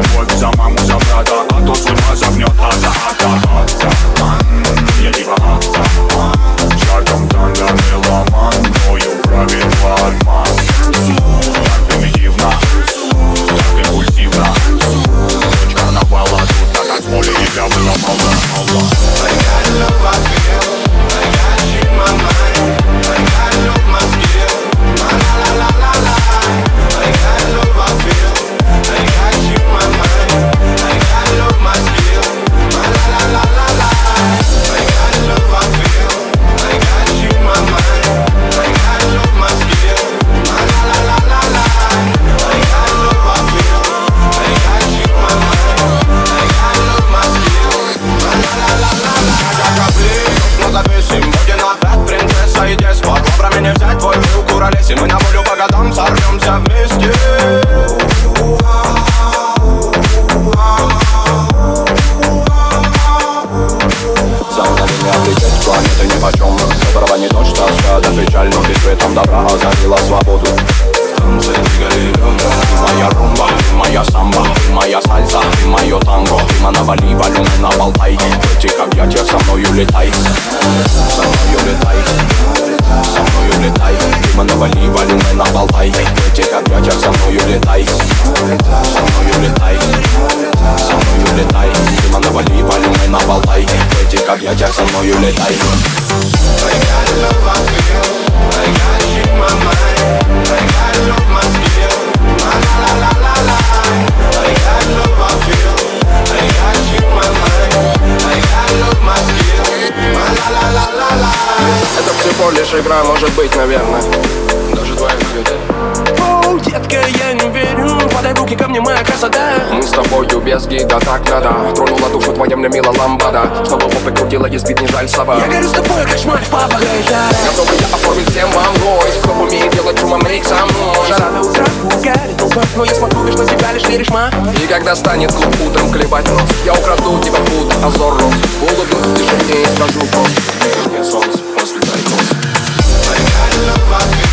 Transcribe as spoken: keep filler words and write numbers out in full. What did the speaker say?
любовь за маму, за брата, а то судьба загнет ада, ада, ада. Я типа ада, шагом танго меломан, мною правит обман. Так примитивно, так импульсивно. Ночь карнавала, тут на танцполе тебя было мало, мало. I got love, I feel, I got you in my mind, I got love, my skill, my la la la la la. I got love, I feel, I got you in my mind, I got love, my skill, my la la la la la. I got love, I feel, I got you in my mind, I got love, my skill, my la la la la la. I got love, I feel, I got you in my mind, I got love, my skill, my la la la la la. Но зависим, будем опять принцесса и деспот. Попробуй не взять твой в куролесе. Мы на волю по годам сорвемся вместе. За мгновение облететь планеты нипочем. Которого не то, что свято печаль, но ты светом добра озарила свободу. В танце двигали ребята. Ты моя румба, ты моя самба, ты моя сальса, ты мое танго. Ты навали волюны на болтай. В этих объятиях со мною летай. Со мною летай, со мною летай. Ты навали волюны на болтай. В этих объятиях со мною летай. Со мною летай, со мною летай. Ты навали волюны на болтай. В этих объятиях со мною летай. I got love, I feel, I got you in my mind, I got love, my skill, my la la la la la. I got love, I feel, I got you in my mind, I got love, my skill, my la la la la la. Это всего лишь игра, может быть, наверное, даже твоя любовь. Оу, детка, я не верю, подай руки ко мне, моя красота. Мы с тобою без гида, так надо. Тронула душу твоя мне мила ламбада. Чтобы попы крутила, есть бит не жаль сова. Я горю с тобой, как шмаль в папа. Готовы я оформить всем вам бой. Кто умеет делать шума, мейк со мной. Жара до утра, угарит толпа. Но я смотрю, лишь на тебя, лишь веришь, ма. И когда станет клуб утром клевать нос, я украду тебя, буду озор рос. Улыбнусь в тишине и скажу просто: мне солнце, расцветай нос. I got love, I feel.